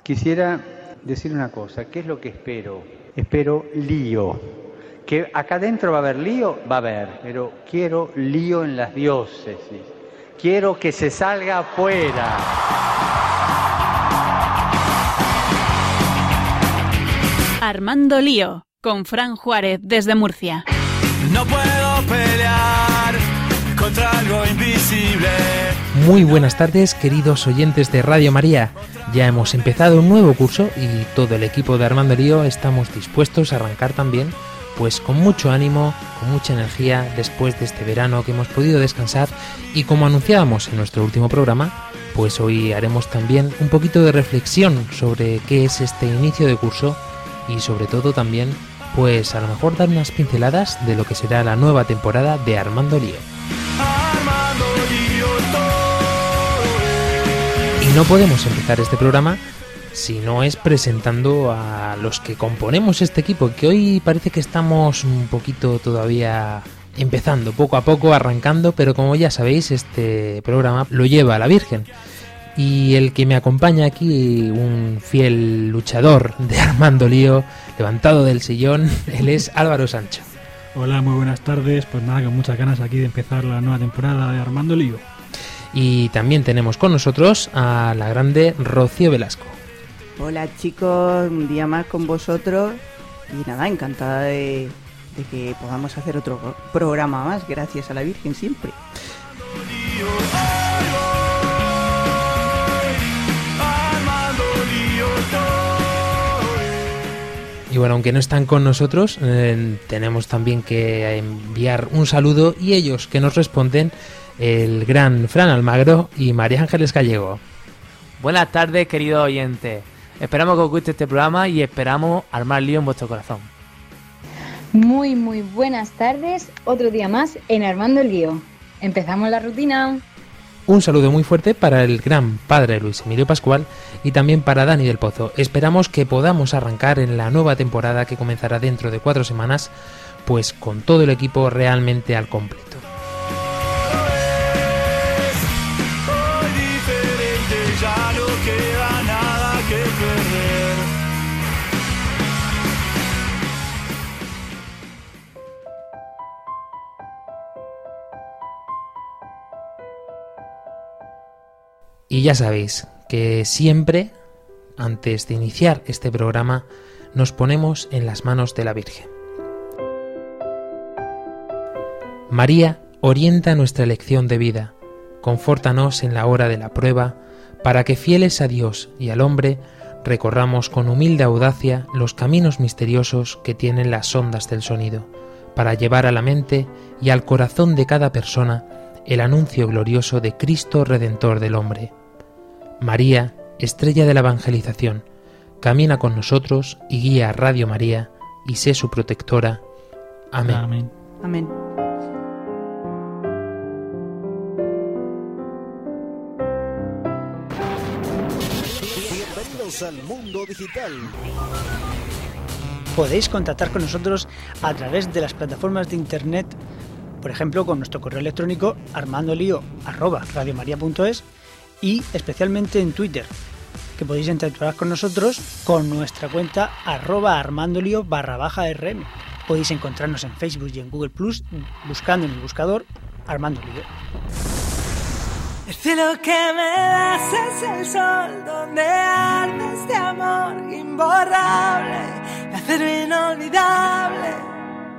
Quisiera decir una cosa, ¿qué es lo que espero? Espero lío. Que acá adentro va a haber lío, va a haber, pero quiero lío en las diócesis. Quiero que se salga afuera. Armando Lío, con Fran Juárez desde Murcia. No puedo pelear contra algo invisible. Muy buenas tardes, queridos oyentes de Radio María. Ya hemos empezado un nuevo curso y todo el equipo de Armando Lío estamos dispuestos a arrancar también, pues con mucho ánimo, con mucha energía, después de este verano que hemos podido descansar. Y como anunciábamos en nuestro último programa, pues hoy haremos también un poquito de reflexión sobre qué es este inicio de curso y sobre todo también, pues a lo mejor dar unas pinceladas de lo que será la nueva temporada de Armando Lío. Y no podemos empezar este programa si no es presentando a los que componemos este equipo, que hoy parece que estamos un poquito todavía empezando, poco a poco, arrancando, pero como ya sabéis, este programa lo lleva la Virgen. Y el que me acompaña aquí, un fiel luchador de Armando Lío, levantado del sillón, él es Álvaro Sancho. Hola, muy buenas tardes. Pues nada, con muchas ganas aquí de empezar la nueva temporada de Armando Lío. Y también tenemos con nosotros a la grande Rocío Velasco. Hola chicos, un día más con vosotros. Y nada, encantada de que podamos hacer otro programa más, gracias a la Virgen siempre. Y bueno, aunque no están con nosotros, tenemos también que enviar un saludo, y ellos que nos responden, el gran Fran Almagro y María Ángeles Gallego. Buenas tardes, queridos oyentes. Esperamos que os guste este programa y esperamos armar lío en vuestro corazón. Muy buenas tardes, otro día más en Armando Lío. Empezamos la rutina. Un saludo muy fuerte para el gran padre Luis Emilio Pascual y también para Dani del Pozo. Esperamos que podamos arrancar en la nueva temporada que comenzará dentro de 4 semanas, pues con todo el equipo realmente al completo. Y ya sabéis que siempre, antes de iniciar este programa, nos ponemos en las manos de la Virgen. María orienta nuestra elección de vida, confórtanos en la hora de la prueba, para que fieles a Dios y al hombre, recorramos con humilde audacia los caminos misteriosos que tienen las ondas del sonido, para llevar a la mente y al corazón de cada persona el anuncio glorioso de Cristo Redentor del hombre. María, estrella de la evangelización, camina con nosotros y guía a Radio María y sé su protectora. Amén. Amén. Amén. Bienvenidos al mundo digital. Podéis contactar con nosotros a través de las plataformas de internet, por ejemplo con nuestro correo electrónico armandolio@radiomaria.es y especialmente en Twitter, que podéis interactuar con nosotros con nuestra cuenta @armandolio_rm. Podéis encontrarnos en Facebook y en Google Plus buscando en el buscador Armando Lío. El cielo que me das es el sol donde arde este amor imborrable, de acero inolvidable.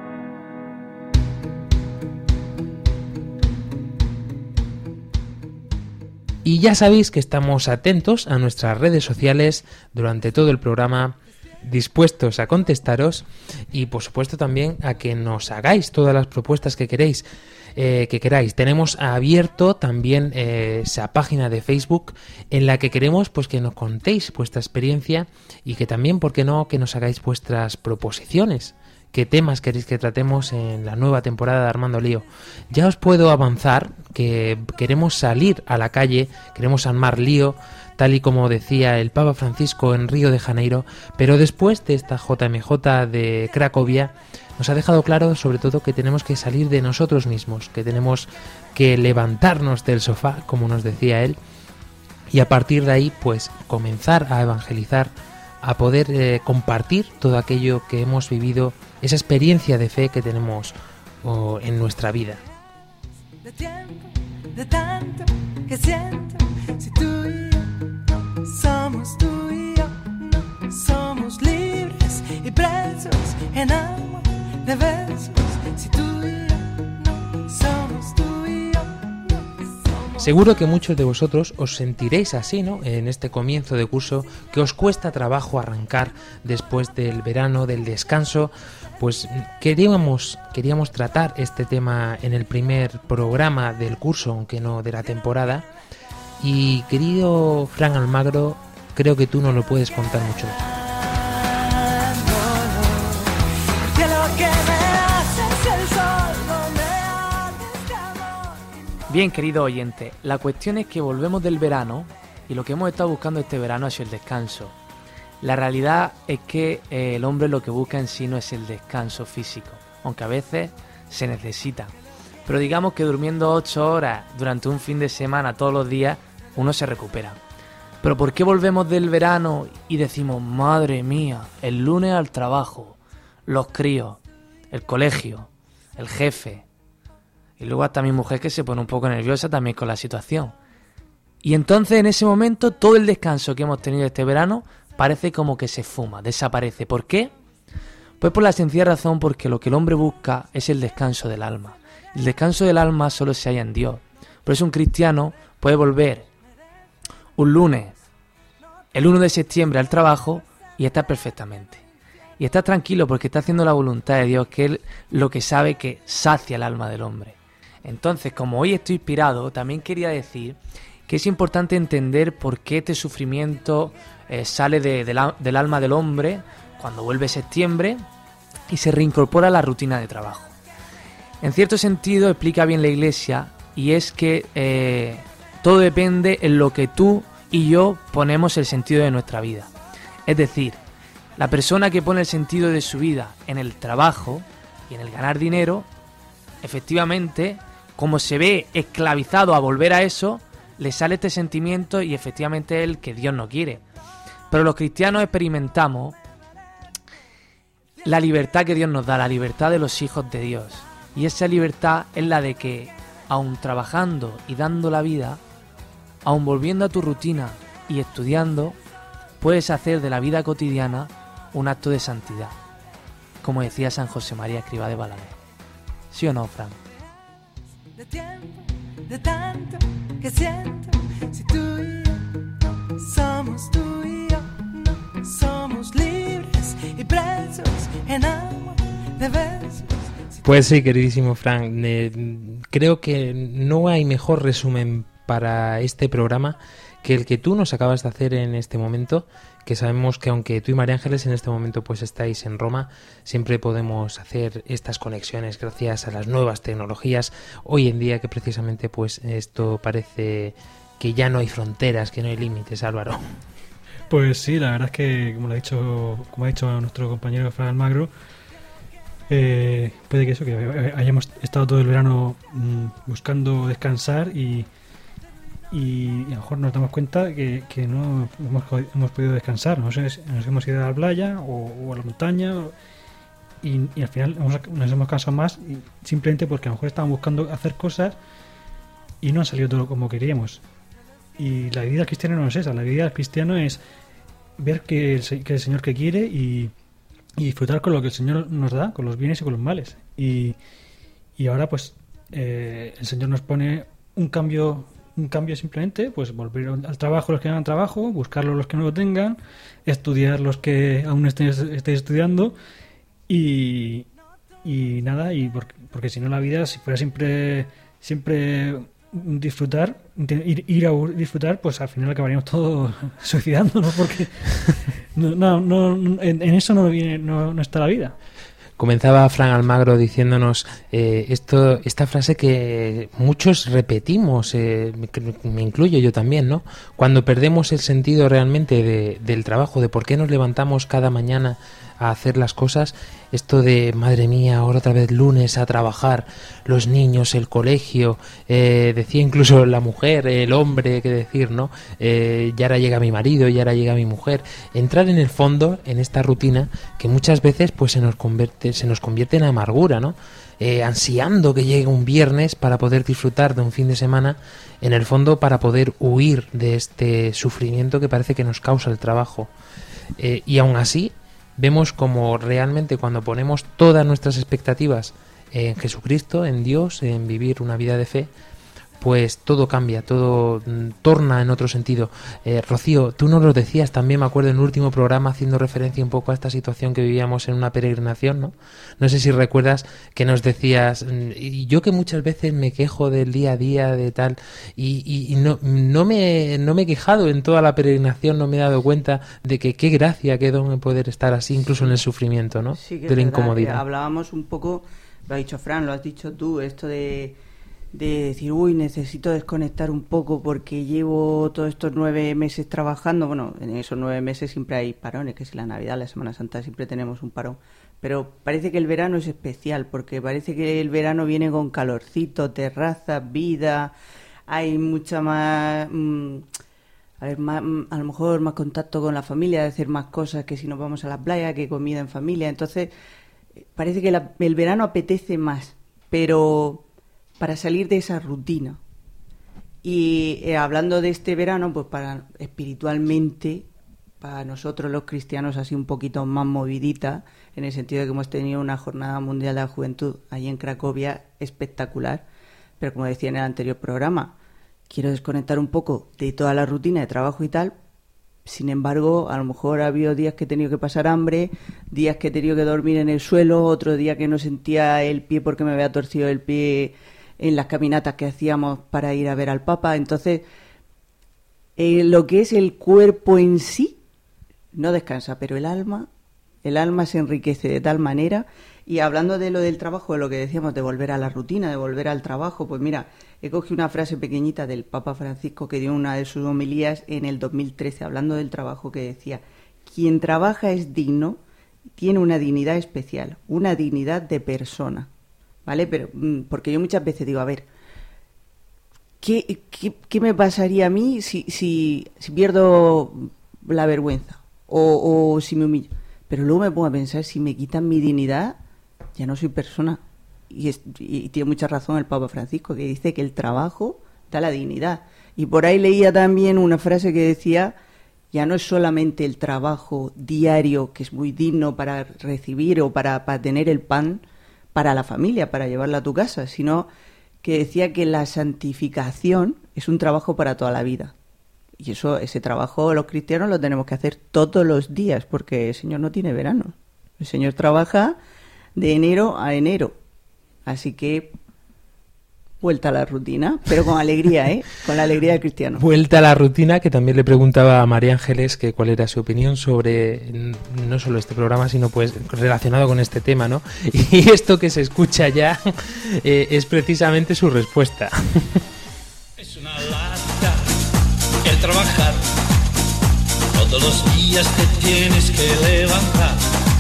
Y ya sabéis que estamos atentos a nuestras redes sociales durante todo el programa, dispuestos a contestaros y por supuesto también a que nos hagáis todas las propuestas que queráis. Tenemos abierto también esa página de Facebook en la que queremos pues que nos contéis vuestra experiencia y que también, ¿por qué no?, que nos hagáis vuestras proposiciones. ¿Qué temas queréis que tratemos en la nueva temporada de Armando Lío? Ya os puedo avanzar que queremos salir a la calle, queremos armar lío, tal y como decía el Papa Francisco en Río de Janeiro, pero después de esta JMJ de Cracovia nos ha dejado claro sobre todo que tenemos que salir de nosotros mismos, que tenemos que levantarnos del sofá, como nos decía él, y a partir de ahí pues comenzar a evangelizar, a poder compartir todo aquello que hemos vivido, esa experiencia de fe que tenemos en nuestra vida. De tiempo, de tanto que siento, si tú y yo no somos tú y yo, no somos libres y presos en amor de besos, si tú y yo no somos tú y yo, no somos. Seguro que muchos de vosotros os sentiréis así, ¿no? En este comienzo de curso, que os cuesta trabajo arrancar después del verano, del descanso. Pues queríamos tratar este tema en el primer programa del curso, aunque no de la temporada. Y querido Fran Almagro, creo que tú nos lo puedes contar mucho mejor. Bien, querido oyente, la cuestión es que volvemos del verano y lo que hemos estado buscando este verano ha sido el descanso. La realidad es que el hombre lo que busca en sí no es el descanso físico, aunque a veces se necesita. Pero digamos que durmiendo 8 horas durante un fin de semana todos los días, uno se recupera. Pero ¿por qué volvemos del verano y decimos, madre mía, el lunes al trabajo, los críos, el colegio, el jefe? Y luego hasta mi mujer que se pone un poco nerviosa también con la situación. Y entonces en ese momento todo el descanso que hemos tenido este verano parece como que se fuma, desaparece. ¿Por qué? Pues por la sencilla razón porque lo que el hombre busca es el descanso del alma. El descanso del alma solo se halla en Dios. Por eso un cristiano puede volver un lunes, el 1 de septiembre al trabajo y estar perfectamente. Y estar tranquilo porque está haciendo la voluntad de Dios, que es lo que sabe que sacia el alma del hombre. Entonces, como hoy estoy inspirado, también quería decir que es importante entender por qué este sufrimiento sale del alma del hombre cuando vuelve septiembre y se reincorpora a la rutina de trabajo. En cierto sentido explica bien la Iglesia, y es que todo depende en lo que tú y yo ponemos el sentido de nuestra vida. Es decir, la persona que pone el sentido de su vida en el trabajo y en el ganar dinero, efectivamente, como se ve esclavizado a volver a eso, le sale este sentimiento y efectivamente es el que Dios no quiere. Pero los cristianos experimentamos la libertad que Dios nos da, la libertad de los hijos de Dios. Y esa libertad es la de que, aun trabajando y dando la vida, aun volviendo a tu rutina y estudiando, puedes hacer de la vida cotidiana un acto de santidad, como decía San José María Escrivá de Balaguer. ¿Sí o no, Fran? De tiempo, de tanto que siento, si tú y yo no somos tú y yo, no somos libres y presos en amor de besos. Pues sí, queridísimo Fran, creo que no hay mejor resumen para este programa que el que tú nos acabas de hacer en este momento, que sabemos que aunque tú y María Ángeles en este momento pues estáis en Roma, siempre podemos hacer estas conexiones gracias a las nuevas tecnologías hoy en día, que precisamente pues esto parece que ya no hay fronteras, que no hay límites, Álvaro. Pues sí, la verdad es que como ha dicho nuestro compañero Fran Almagro, puede que eso, que hayamos estado todo el verano buscando descansar y a lo mejor nos damos cuenta que no hemos podido descansar. Nos hemos ido a la playa o a la montaña y al final nos hemos cansado más simplemente porque a lo mejor estábamos buscando hacer cosas y no han salido todo como queríamos. Y la vida cristiana no es esa. La vida cristiana es ver que el Señor que quiere y disfrutar con lo que el Señor nos da, con los bienes y con los males. Y ahora pues el Señor nos pone un cambio simplemente, pues volver al trabajo los que hagan trabajo, buscarlo los que no lo tengan, estudiar los que aún estén estudiando y nada, y porque si no la vida, si fuera siempre disfrutar, ir a disfrutar, pues al final acabaríamos todos suicidándonos, porque en eso no está la vida. Comenzaba Fran Almagro diciéndonos esta frase que muchos repetimos, me incluyo yo también, ¿no? Cuando perdemos el sentido realmente del trabajo, de por qué nos levantamos cada mañana a hacer las cosas, esto de, madre mía, ahora otra vez lunes a trabajar, los niños, el colegio, decía incluso la mujer, el hombre, qué decir, ¿no? Ya ahora llega mi marido, ya ahora llega mi mujer. Entrar en el fondo, en esta rutina, que muchas veces pues se nos convierte en amargura, ¿no? Ansiando que llegue un viernes para poder disfrutar de un fin de semana, en el fondo para poder huir de este sufrimiento que parece que nos causa el trabajo. Y aún así, vemos como realmente cuando ponemos todas nuestras expectativas en Jesucristo, en Dios, en vivir una vida de fe, pues todo cambia, todo torna en otro sentido. Rocío, tú nos lo decías también, me acuerdo, en el último programa, haciendo referencia un poco a esta situación que vivíamos en una peregrinación, ¿no? No sé si recuerdas que nos decías, y yo que muchas veces me quejo del día a día, de tal, y no me he quejado en toda la peregrinación, no me he dado cuenta de que qué gracia, qué don poder estar así, incluso en el sufrimiento, ¿no? Sí, que de la verdad, incomodidad. Hablábamos un poco, lo ha dicho Fran, lo has dicho tú, esto de decir, uy, necesito desconectar un poco porque llevo todos estos 9 meses trabajando. Bueno, en esos 9 meses siempre hay parones, que es la Navidad, la Semana Santa, siempre tenemos un parón. Pero parece que el verano es especial, porque parece que el verano viene con calorcito, terrazas, vida, hay mucha más, a lo mejor más contacto con la familia, de hacer más cosas que si nos vamos a la playa, que comida en familia. Entonces, parece que el verano apetece más, pero para salir de esa rutina. Y hablando de este verano, pues para espiritualmente, para nosotros los cristianos, así un poquito más movidita, en el sentido de que hemos tenido una jornada mundial de la juventud allí en Cracovia espectacular, pero como decía en el anterior programa, quiero desconectar un poco de toda la rutina de trabajo y tal. Sin embargo, a lo mejor ha habido días que he tenido que pasar hambre, días que he tenido que dormir en el suelo, otro día que no sentía el pie porque me había torcido el pie en las caminatas que hacíamos para ir a ver al Papa. Entonces, lo que es el cuerpo en sí no descansa, pero el alma se enriquece de tal manera. Y hablando de lo del trabajo, de lo que decíamos, de volver a la rutina, de volver al trabajo, pues mira, he cogido una frase pequeñita del Papa Francisco que dio una de sus homilías en el 2013, hablando del trabajo, que decía: quien trabaja es digno, tiene una dignidad especial, una dignidad de persona. ¿Vale? Pero porque yo muchas veces digo, a ver, ¿qué me pasaría a mí si pierdo la vergüenza o si me humillo? Pero luego me pongo a pensar, si me quitan mi dignidad, ya no soy persona. Y tiene mucha razón el Papa Francisco, que dice que el trabajo da la dignidad. Y por ahí leía también una frase que decía, ya no es solamente el trabajo diario, que es muy digno para recibir o para tener el pan para la familia, para llevarla a tu casa, sino que decía que la santificación es un trabajo para toda la vida. Y ese trabajo los cristianos lo tenemos que hacer todos los días, porque el Señor no tiene verano. El Señor trabaja de enero a enero. Así que vuelta a la rutina, pero con alegría, ¿eh? Con la alegría del cristiano. Vuelta a la rutina, que también le preguntaba a María Ángeles que cuál era su opinión sobre no solo este programa, sino pues relacionado con este tema, ¿no? Y esto que se escucha ya es precisamente su respuesta. Es una lata el trabajar, todos los días te tienes que levantar.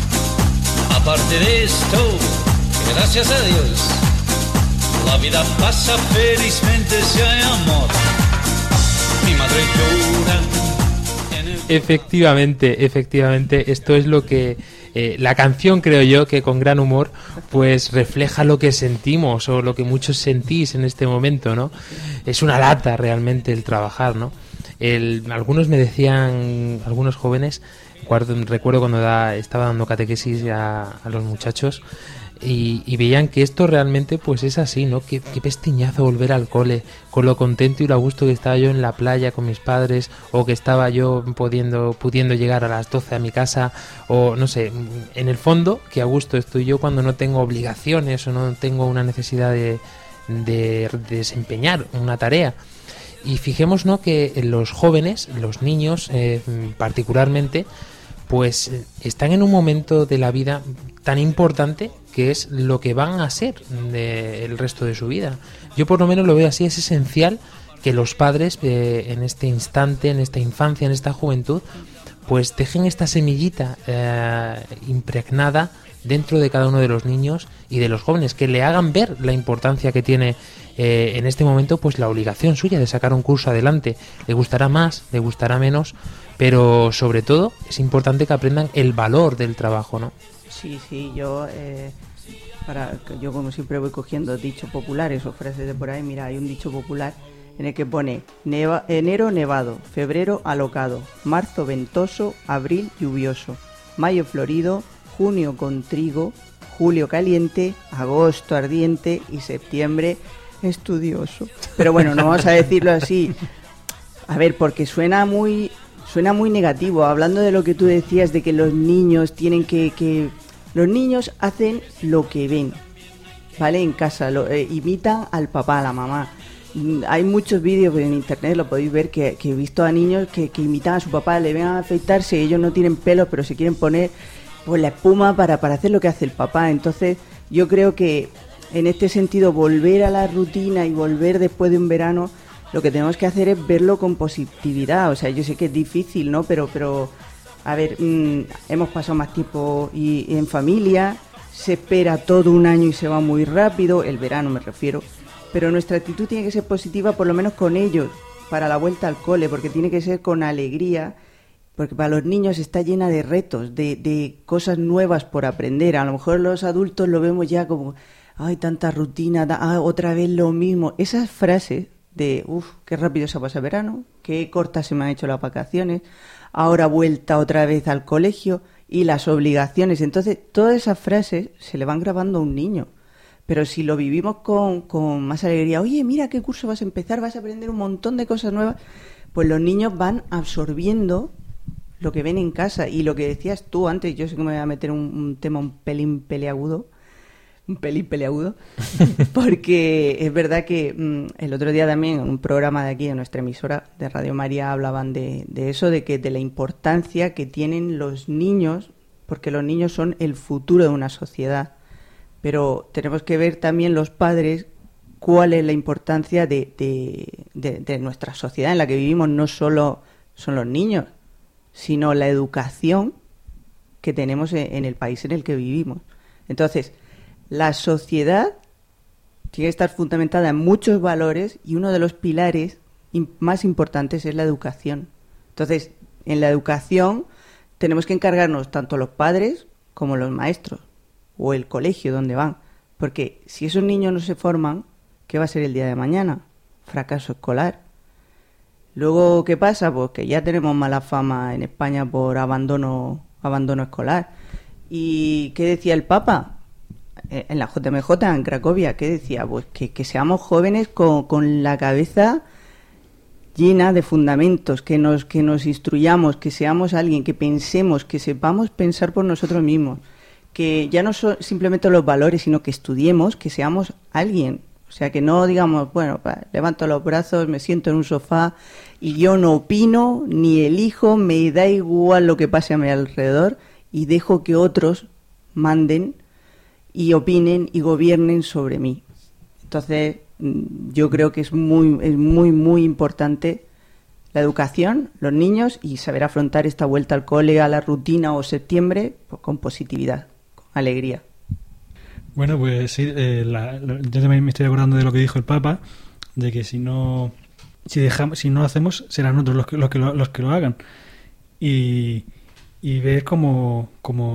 Aparte de esto, gracias a Dios, la vida pasa felizmente si hay amor. Mi madre llora. Efectivamente, esto es lo que la canción, creo yo, que con gran humor pues refleja lo que sentimos o lo que muchos sentís en este momento, ¿no? Es una lata realmente el trabajar, ¿no? Algunos me decían, algunos jóvenes, recuerdo cuando estaba dando catequesis a los muchachos, y veían que esto realmente pues es así, ¿no? Qué pestiñazo volver al cole, con lo contento y lo a gusto que estaba yo en la playa con mis padres, o que estaba yo pudiendo llegar a las 12 a mi casa, o no sé, en el fondo que a gusto estoy yo cuando no tengo obligaciones o no tengo una necesidad de desempeñar una tarea. Y fijémonos, ¿no?, que los jóvenes, los niños particularmente, pues están en un momento de la vida tan importante que es lo que van a ser el resto de su vida. Yo por lo menos lo veo así, es esencial que los padres en este instante, en esta infancia, en esta juventud, pues dejen esta semillita impregnada dentro de cada uno de los niños y de los jóvenes, que le hagan ver la importancia que tiene en este momento pues la obligación suya de sacar un curso adelante. Le gustará más, le gustará menos, pero sobre todo es importante que aprendan el valor del trabajo, ¿no? Sí, yo como siempre voy cogiendo dichos populares o frases de por ahí. Mira, hay un dicho popular en el que pone enero nevado, febrero alocado, marzo ventoso, abril lluvioso, mayo florido, junio con trigo, julio caliente, agosto ardiente y septiembre estudioso. Pero bueno, no vamos a decirlo así. A ver, porque suena muy negativo. Hablando de lo que tú decías de que los niños tienen que los niños hacen lo que ven, ¿vale? En casa, imitan al papá, a la mamá. Hay muchos vídeos en internet, lo podéis ver, que he visto a niños que imitan a su papá, le ven a afeitarse, ellos no tienen pelos, pero se quieren poner pues la espuma para hacer lo que hace el papá. Entonces yo creo que en este sentido volver a la rutina y volver después de un verano, lo que tenemos que hacer es verlo con positividad. O sea, yo sé que es difícil, ¿no? Pero a ver, hemos pasado más tiempo y en familia, se espera todo un año y se va muy rápido, el verano me refiero, pero nuestra actitud tiene que ser positiva, por lo menos con ellos, para la vuelta al cole, porque tiene que ser con alegría, porque para los niños está llena de retos, de cosas nuevas por aprender. A lo mejor los adultos lo vemos ya como, ay, tanta rutina, otra vez lo mismo. Esas frases de, qué rápido se pasa el verano, qué cortas se me han hecho las vacaciones, ahora vuelta otra vez al colegio y las obligaciones. Entonces, todas esas frases se le van grabando a un niño. Pero si lo vivimos con más alegría, oye, mira qué curso vas a empezar, vas a aprender un montón de cosas nuevas, pues los niños van absorbiendo lo que ven en casa. Y lo que decías tú antes, yo sé que me voy a meter un tema un pelín peleagudo, porque es verdad que el otro día también en un programa de aquí, de nuestra emisora de Radio María, hablaban de eso, de la importancia que tienen los niños, porque los niños son el futuro de una sociedad. Pero tenemos que ver también los padres cuál es la importancia de nuestra sociedad en la que vivimos. No solo son los niños, sino la educación que tenemos en el país en el que vivimos. Entonces, la sociedad tiene que estar fundamentada en muchos valores y uno de los pilares más importantes es la educación. Entonces, en la educación tenemos que encargarnos tanto los padres como los maestros o el colegio donde van, porque si esos niños no se forman, ¿qué va a ser el día de mañana? Fracaso escolar. Luego, ¿qué pasa? Pues que ya tenemos mala fama en España por abandono escolar. ¿Y qué decía el Papa? En la JMJ, en Cracovia, ¿qué decía? Pues que seamos jóvenes con la cabeza llena de fundamentos, que nos instruyamos, que seamos alguien, que pensemos, que sepamos pensar por nosotros mismos, que ya no son simplemente los valores, sino que estudiemos, que seamos alguien. O sea, que no digamos, bueno, levanto los brazos, me siento en un sofá y yo no opino, ni elijo, me da igual lo que pase a mi alrededor y dejo que otros manden y opinen y gobiernen sobre mí. Entonces, yo creo que es muy importante la educación, los niños, y saber afrontar esta vuelta al cole, a la rutina o septiembre, pues, con positividad, con alegría. Bueno, pues sí, yo también me estoy acordando de lo que dijo el Papa, de que si no lo hacemos, serán otros los que lo hagan. Y ver como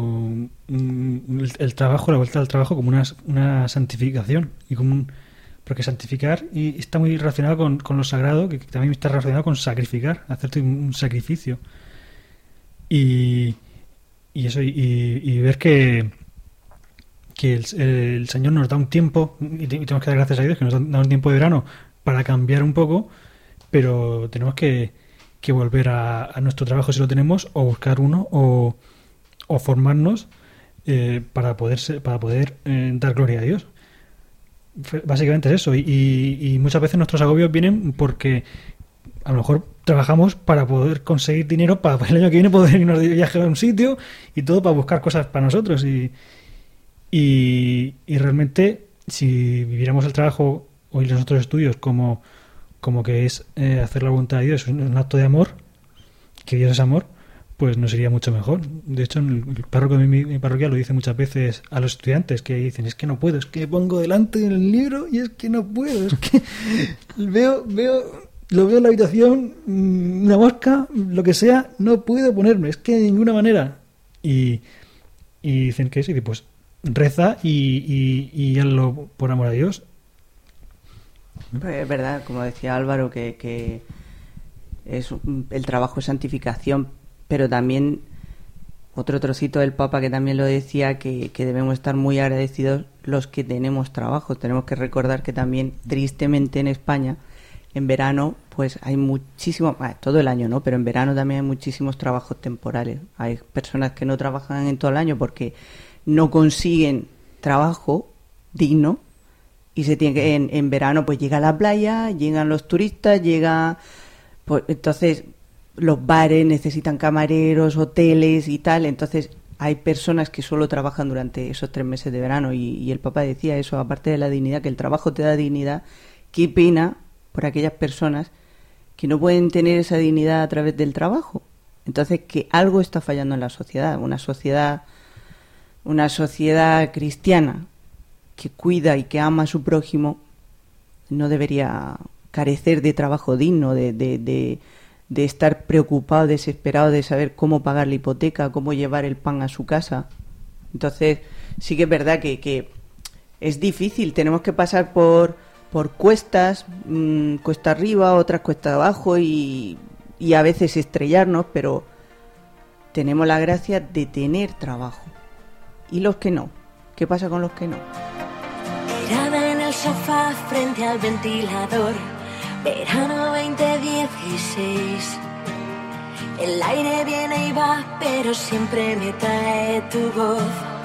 el trabajo, la vuelta al trabajo, como una santificación, y porque santificar y está muy relacionado con lo sagrado, que también está relacionado con sacrificar, hacerte un sacrificio. Y eso, y ver que el Señor nos da un tiempo, y tenemos que dar gracias a Dios que nos da un tiempo de verano para cambiar un poco, pero tenemos que volver a nuestro trabajo si lo tenemos, o buscar uno, o formarnos para poder dar gloria a Dios. Básicamente es eso, y muchas veces nuestros agobios vienen porque a lo mejor trabajamos para poder conseguir dinero para el año que viene poder irnos de viaje a un sitio y todo para buscar cosas para nosotros, y realmente si viviéramos el trabajo o los otros estudios como que es hacer la voluntad de Dios, es un acto de amor, que Dios es amor, pues no sería mucho mejor. De hecho, el párroco de mi parroquia lo dice muchas veces a los estudiantes, que dicen, es que no puedo, es que pongo delante del libro y es que no puedo, es que lo veo en la habitación, una mosca, lo que sea, no puedo ponerme, es que de ninguna manera. Y dicen que sí, pues reza y hazlo por amor a Dios. Pues es verdad, como decía Álvaro, que es el trabajo de santificación, pero también otro trocito del Papa que también lo decía, que debemos estar muy agradecidos los que tenemos trabajo. Tenemos que recordar que también, tristemente, en España, en verano, pues hay muchísimo, todo el año, ¿no? Pero en verano también hay muchísimos trabajos temporales. Hay personas que no trabajan en todo el año porque no consiguen trabajo digno y se tiene que, en verano pues llega a la playa, llegan los turistas, pues entonces los bares necesitan camareros, hoteles y tal, entonces hay personas que solo trabajan durante esos 3 meses de verano y el Papa decía eso, aparte de la dignidad, que el trabajo te da dignidad, qué pena por aquellas personas que no pueden tener esa dignidad a través del trabajo. Entonces, que algo está fallando en la sociedad, una sociedad cristiana que cuida y que ama a su prójimo no debería carecer de trabajo digno, de estar preocupado, desesperado de saber cómo pagar la hipoteca, cómo llevar el pan a su casa. Entonces, sí que es verdad que es difícil, tenemos que pasar por cuestas, cuesta arriba, otras cuesta abajo y a veces estrellarnos, pero tenemos la gracia de tener trabajo. ¿Y los que no? ¿Qué pasa con los que no? Tirada en el sofá frente al ventilador, verano 2016. El aire viene y va, pero siempre me trae tu voz.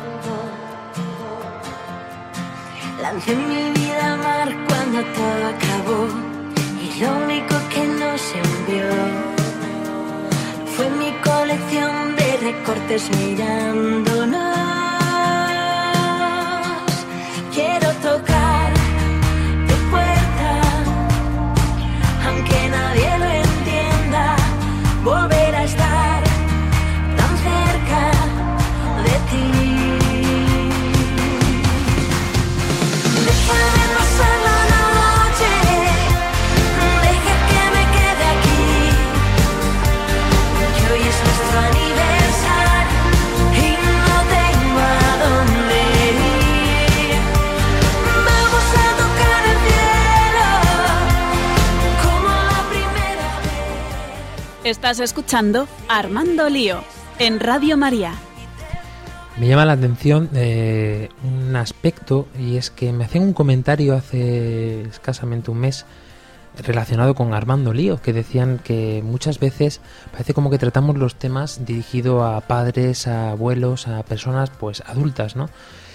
Lancé mi vida al mar cuando todo acabó y lo único que no se envió fue mi colección de recortes mirándonos. Quiero tocar tu puerta, aunque nadie lo entienda, volver a estar tan cerca de ti. Déjame pasar la noche, deja que me quede aquí, que hoy es nuestro aniversario y no tengo a dónde ir. Vamos a tocar el cielo como la primera vez. Estás escuchando Armando Lío en Radio María. Me llama la atención un aspecto, y es que me hacían un comentario hace escasamente un mes relacionado con Armando Lío, que decían que muchas veces parece como que tratamos los temas dirigidos a padres, a abuelos, a personas pues adultas, ¿no?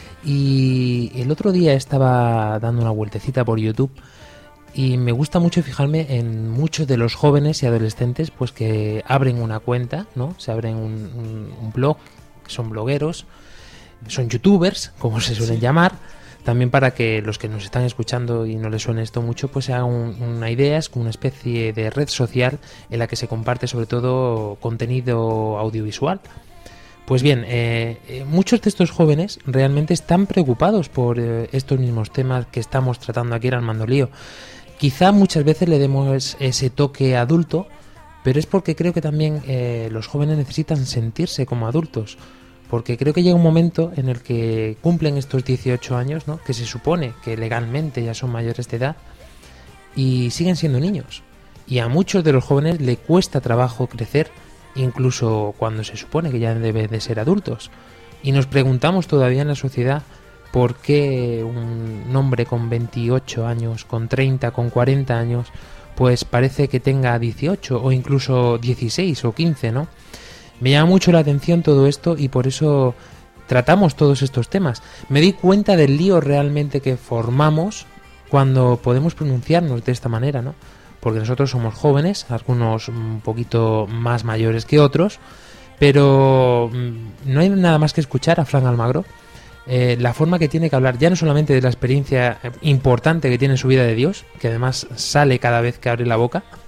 Y el otro día estaba dando una vueltecita por YouTube y me gusta mucho fijarme en muchos de los jóvenes y adolescentes pues que abren una cuenta, ¿no? Se abren un blog, son blogueros, son youtubers, como se suelen llamar, también para que los que nos están escuchando y no les suene esto mucho, pues se hagan una idea, es como una especie de red social en la que se comparte sobre todo contenido audiovisual. Pues bien, muchos de estos jóvenes realmente están preocupados por estos mismos temas que estamos tratando aquí en Armando Lío. Quizá muchas veces le demos ese toque adulto, pero es porque creo que también los jóvenes necesitan sentirse como adultos, porque creo que llega un momento en el que cumplen estos 18 años, ¿no? Que se supone que legalmente ya son mayores de edad y siguen siendo niños. Y a muchos de los jóvenes le cuesta trabajo crecer, incluso cuando se supone que ya deben de ser adultos. Y nos preguntamos todavía en la sociedad por qué un hombre con 28 años, con 30, con 40 años, pues parece que tenga 18 o incluso 16 o 15, ¿no? Me llama mucho la atención todo esto y por eso tratamos todos estos temas. Me di cuenta del lío realmente que formamos cuando podemos pronunciarnos de esta manera, ¿no? Porque nosotros somos jóvenes, algunos un poquito más mayores que otros, pero no hay nada más que escuchar a Fran Almagro. La forma que tiene que hablar, ya no solamente de la experiencia importante que tiene en su vida de Dios, que además sale cada vez que abre la boca,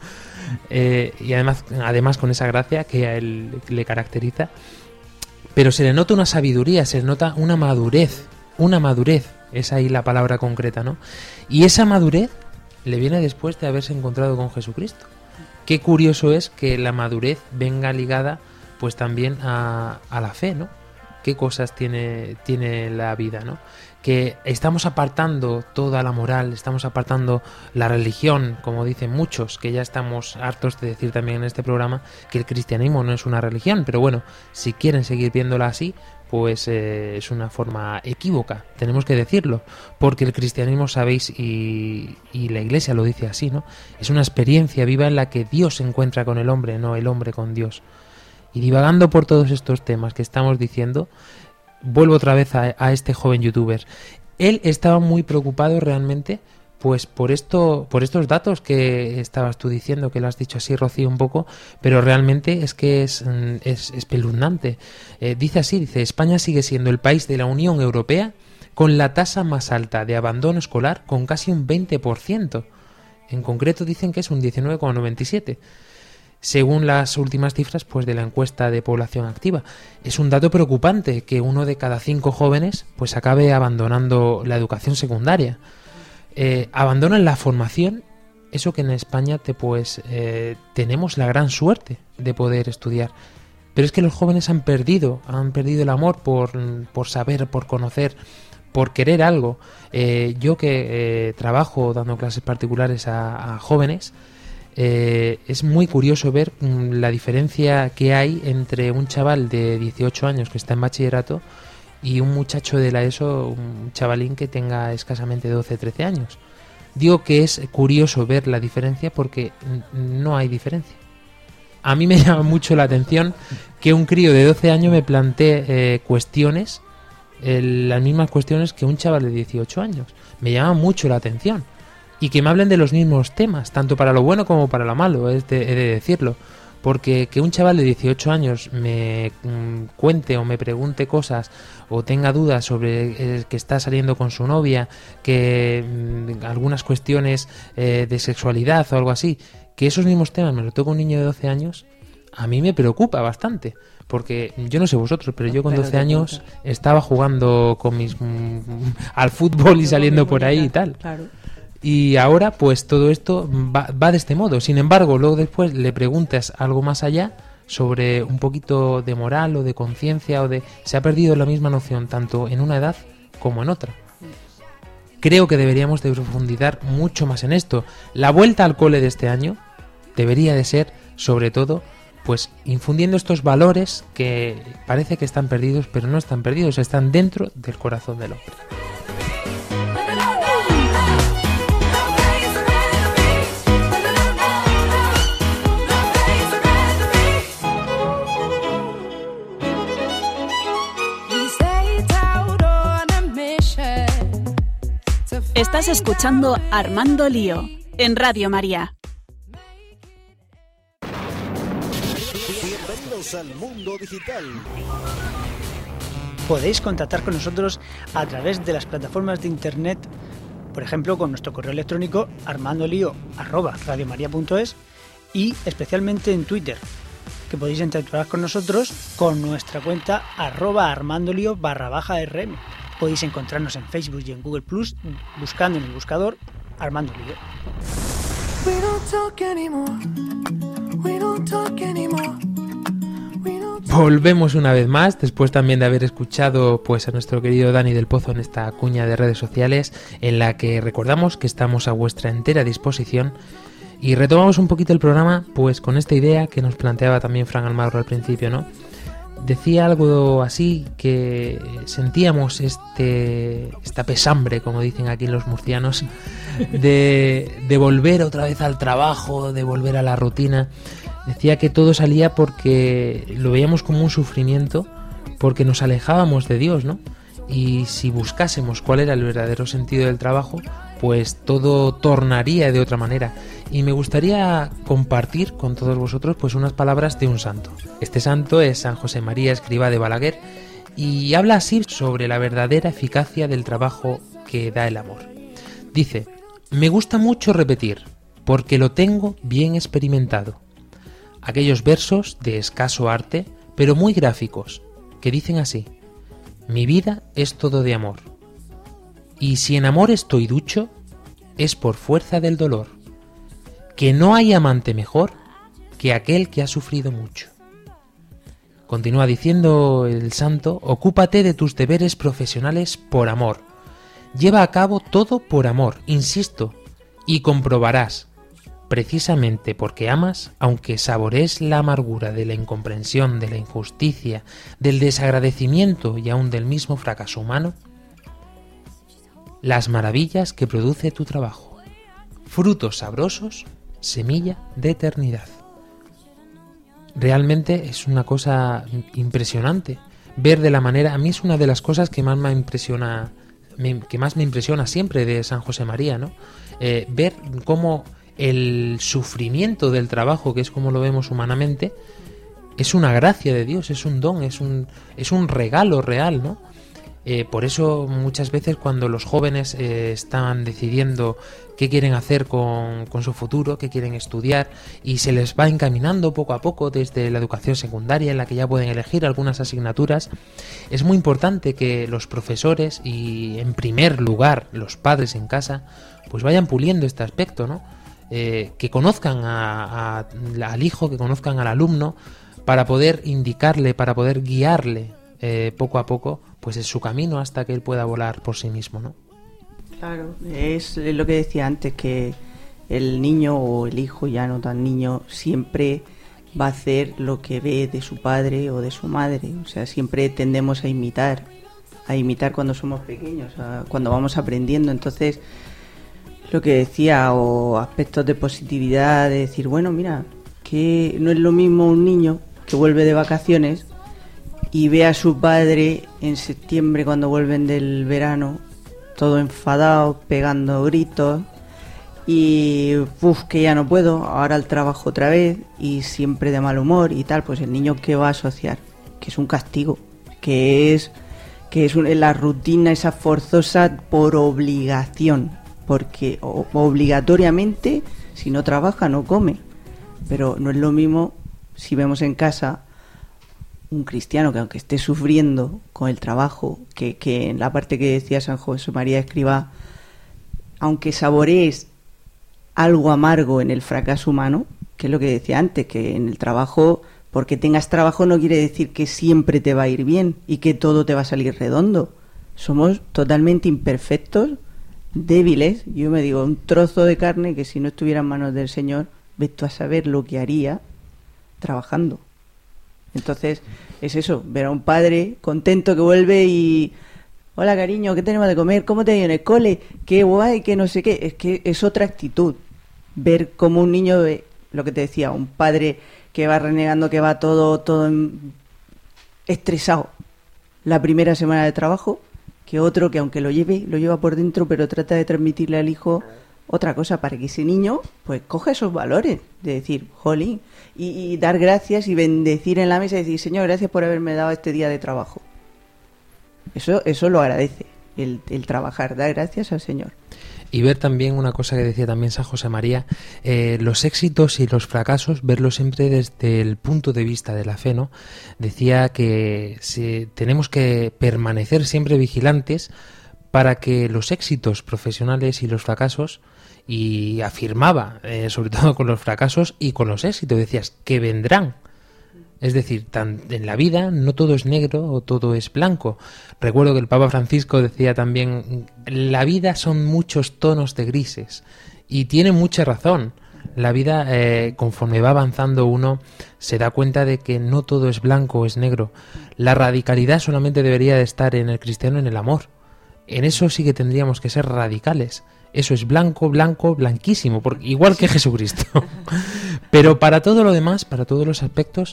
Y además con esa gracia que a él le caracteriza. Pero se le nota una sabiduría, se le nota una madurez, es ahí la palabra concreta, ¿no? Y esa madurez le viene después de haberse encontrado con Jesucristo. Qué curioso es que la madurez venga ligada pues también a la fe, ¿no? Qué cosas tiene la vida, ¿no? Que estamos apartando toda la moral, estamos apartando la religión, como dicen muchos, que ya estamos hartos de decir también en este programa que el cristianismo no es una religión, pero bueno, si quieren seguir viéndola así, pues es una forma equívoca, tenemos que decirlo, porque el cristianismo, sabéis, y la Iglesia lo dice así, ¿no? Es una experiencia viva en la que Dios se encuentra con el hombre, no el hombre con Dios. Y divagando por todos estos temas que estamos diciendo, vuelvo otra vez a este joven youtuber. Él estaba muy preocupado realmente pues por estos datos que estabas tú diciendo, que lo has dicho así, Rocío, un poco, pero realmente es que es espeluznante. Dice así, España sigue siendo el país de la Unión Europea con la tasa más alta de abandono escolar, con casi un 20%. En concreto dicen que es un 19,97%. Según las últimas cifras pues de la encuesta de población activa. Es un dato preocupante que 1 de cada 5 jóvenes pues acabe abandonando la educación secundaria. Abandonan la formación, eso que en España tenemos la gran suerte de poder estudiar. Pero es que los jóvenes han perdido el amor por saber, por conocer, por querer algo. Yo que trabajo dando clases particulares a jóvenes, es muy curioso ver la diferencia que hay entre un chaval de 18 años que está en bachillerato y un muchacho de la ESO, un chavalín que tenga escasamente 12, 13 años. Digo que es curioso ver la diferencia porque no hay diferencia. A mí me llama mucho la atención que un crío de 12 años me plantee cuestiones, las mismas cuestiones que un chaval de 18 años. Me llama mucho la atención. Y que me hablen de los mismos temas, tanto para lo bueno como para lo malo, he de decirlo. Porque que un chaval de 18 años me cuente o me pregunte cosas o tenga dudas sobre que está saliendo con su novia, que algunas cuestiones de sexualidad o algo así, que esos mismos temas me lo toca un niño de 12 años, a mí me preocupa bastante. Porque yo no sé vosotros, pero yo con 12 años estaba jugando con al fútbol y saliendo por ahí y tal. Claro. Y ahora pues todo esto va de este modo. Sin embargo, luego después le preguntas algo más allá sobre un poquito de moral o de conciencia o de... Se ha perdido la misma noción tanto en una edad como en otra. Creo que deberíamos de profundizar mucho más en esto. La vuelta al cole de este año debería de ser, sobre todo, pues infundiendo estos valores que parece que están perdidos, pero no están perdidos, están dentro del corazón del hombre. Estás escuchando Armando Lío en Radio María. Bienvenidos al mundo digital. Podéis contactar con nosotros a través de las plataformas de internet, por ejemplo con nuestro correo electrónico armandolio@radiomaria.es y especialmente en Twitter, que podéis interactuar con nosotros con nuestra cuenta @armandolio_rm. Podéis encontrarnos en Facebook y en Google Plus buscando en el buscador Armando Lío. Volvemos una vez más, después también de haber escuchado pues a nuestro querido Dani del Pozo en esta cuña de redes sociales, en la que recordamos que estamos a vuestra entera disposición. Y retomamos un poquito el programa pues con esta idea que nos planteaba también Fran Almagro al principio, ¿no? Decía algo así, que sentíamos esta pesambre, como dicen aquí los murcianos, de volver otra vez al trabajo, de volver a la rutina. Decía que todo salía porque lo veíamos como un sufrimiento, porque nos alejábamos de Dios, ¿no? Y si buscásemos cuál era el verdadero sentido del trabajo, pues todo tornaría de otra manera. Y me gustaría compartir con todos vosotros pues unas palabras de un santo. Este santo es San José María Escrivá de Balaguer y habla así sobre la verdadera eficacia del trabajo que da el amor. Dice: me gusta mucho repetir, porque lo tengo bien experimentado. Aquellos versos de escaso arte, pero muy gráficos, que dicen así: mi vida es todo de amor, y si en amor estoy ducho, es por fuerza del dolor, que no hay amante mejor que aquel que ha sufrido mucho. Continúa diciendo el santo: ocúpate de tus deberes profesionales por amor. Lleva a cabo todo por amor, insisto, y comprobarás, precisamente porque amas, aunque saborees la amargura de la incomprensión, de la injusticia, del desagradecimiento y aun del mismo fracaso humano, las maravillas que produce tu trabajo. Frutos sabrosos, semilla de eternidad. Realmente es una cosa impresionante ver de la manera. A mí es una de las cosas que más me impresiona, siempre de San José María, ¿no? Ver cómo el sufrimiento del trabajo, que es como lo vemos humanamente, es una gracia de Dios, es un don, es un regalo real, ¿no? Por eso muchas veces cuando los jóvenes están decidiendo qué quieren hacer con su futuro, qué quieren estudiar, y se les va encaminando poco a poco desde la educación secundaria, en la que ya pueden elegir algunas asignaturas, es muy importante que los profesores y en primer lugar los padres en casa pues vayan puliendo este aspecto, ¿no? Que conozcan al hijo, que conozcan al alumno, para poder indicarle, para poder guiarle poco a poco pues en su camino hasta que él pueda volar por sí mismo, ¿no? Claro, es lo que decía antes, que el niño o el hijo ya no tan niño siempre va a hacer lo que ve de su padre o de su madre. O sea, siempre tendemos a imitar cuando somos pequeños, cuando vamos aprendiendo. Entonces, lo que decía, o aspectos de positividad, de decir, bueno, mira, que no es lo mismo un niño que vuelve de vacaciones y ve a su padre en septiembre, cuando vuelven del verano, todo enfadado, pegando gritos, y que ya no puedo, ahora al trabajo otra vez, y siempre de mal humor y tal. Pues el niño, ¿qué va a asociar? Que es un castigo, que es la rutina esa forzosa por obligación, porque obligatoriamente, si no trabaja no come. Pero no es lo mismo si vemos en casa un cristiano que, aunque esté sufriendo con el trabajo, que en la parte que decía San José María Escrivá, aunque saborees algo amargo en el fracaso humano, que es lo que decía antes, que en el trabajo, porque tengas trabajo no quiere decir que siempre te va a ir bien y que todo te va a salir redondo. Somos totalmente imperfectos, débiles. Yo me digo, un trozo de carne que si no estuviera en manos del Señor, ves tú a saber lo que haría trabajando. Entonces es eso, ver a un padre contento que vuelve y hola cariño, ¿qué tenemos de comer? ¿Cómo te ha ido en el cole? Qué guay, que no sé qué. Es que es otra actitud. Ver cómo un niño ve, lo que te decía, un padre que va renegando, que va todo estresado la primera semana de trabajo, que otro que aunque lo lleva por dentro, pero trata de transmitirle al hijo otra cosa, para que ese niño pues coja esos valores de decir, jolín, y dar gracias y bendecir en la mesa y decir, Señor, gracias por haberme dado este día de trabajo. Eso lo agradece, el trabajar, dar gracias al Señor. Y ver también una cosa que decía también San José María, los éxitos y los fracasos, verlos siempre desde el punto de vista de la fe, ¿no? Decía que tenemos que permanecer siempre vigilantes para que los éxitos profesionales y los fracasos, y afirmaba, sobre todo con los fracasos y con los éxitos, decías que vendrán. Es decir, en la vida no todo es negro o todo es blanco. Recuerdo que el Papa Francisco decía también, la vida son muchos tonos de grises, y tiene mucha razón. La vida, conforme va avanzando uno, se da cuenta de que no todo es blanco o es negro. La radicalidad solamente debería de estar en el cristiano, en el amor. En eso sí que tendríamos que ser radicales. Eso es blanco, blanquísimo, igual que Jesucristo. Pero para todo lo demás, para todos los aspectos,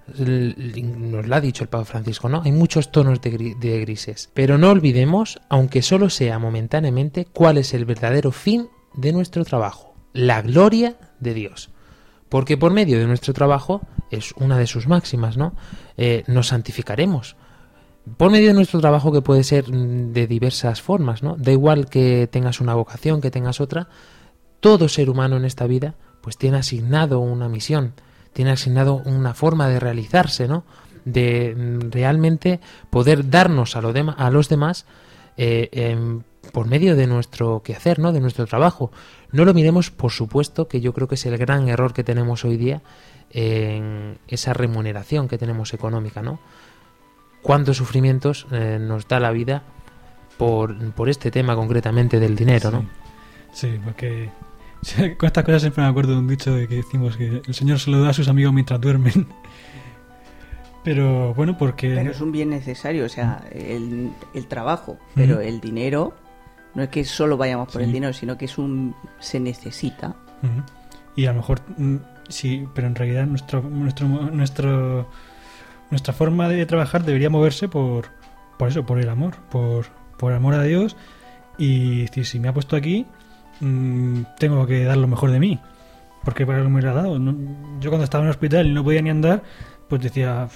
nos lo ha dicho el Papa Francisco, ¿no? Hay muchos tonos de grises. Pero no olvidemos, aunque solo sea momentáneamente, cuál es el verdadero fin de nuestro trabajo: la gloria de Dios. Porque por medio de nuestro trabajo, es una de sus máximas, ¿no? Nos santificaremos. Por medio de nuestro trabajo, que puede ser de diversas formas, ¿no? Da igual que tengas una vocación, que tengas otra, todo ser humano en esta vida pues tiene asignado una misión, tiene asignado una forma de realizarse, ¿no? De realmente poder darnos a los demás por medio de nuestro quehacer, ¿no? De nuestro trabajo. No lo miremos, por supuesto, que yo creo que es el gran error que tenemos hoy día en esa remuneración que tenemos económica, ¿no? Cuántos sufrimientos nos da la vida por este tema concretamente del dinero, ¿no? Sí, porque con estas cosas siempre me acuerdo de un dicho de que decimos que el Señor se lo da a sus amigos mientras duermen. Pero bueno, porque... Pero es un bien necesario, o sea, el trabajo, pero el dinero, no es que solo vayamos por el dinero, sino que se necesita. Y a lo mejor, sí, pero en realidad nuestra forma de trabajar debería moverse por eso, por el amor, por amor a Dios, y decir, si me ha puesto aquí, tengo que dar lo mejor de mí, porque para lo me lo ha dado. ¿No? Yo cuando estaba en el hospital y no podía ni andar, pues decía,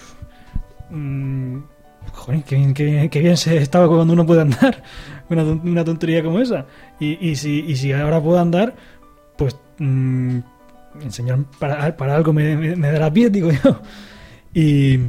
joder, qué bien se estaba cuando uno puede andar, una tontería como esa, y si ahora puedo andar, pues el Señor para algo me dará pie, digo yo, y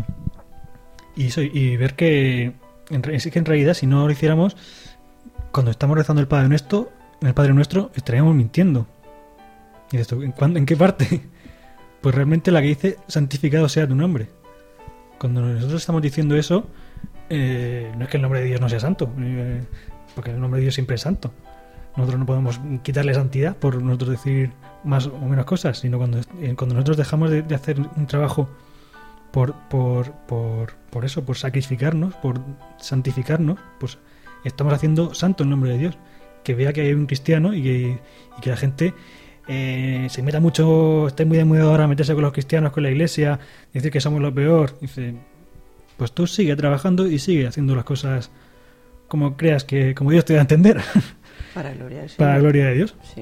ver que en realidad, si no lo hiciéramos, cuando estamos rezando el Padre Nuestro, estaríamos mintiendo. ¿Y esto en qué parte? Pues realmente la que dice, santificado sea tu nombre. Cuando nosotros estamos diciendo eso, no es que el nombre de Dios no sea santo, porque el nombre de Dios siempre es santo. Nosotros no podemos quitarle santidad por nosotros decir más o menos cosas, sino cuando nosotros dejamos de hacer un trabajo por eso, por sacrificarnos, por santificarnos, pues estamos haciendo santo el nombre de Dios. Que vea que hay un cristiano y que la gente se meta mucho, está muy de moda ahora meterse con los cristianos, con la iglesia, decir que somos lo peor. Dice, pues tú sigue trabajando y sigue haciendo las cosas como creas que, como Dios te da a entender. Para gloria de Para la gloria de Dios. Sí.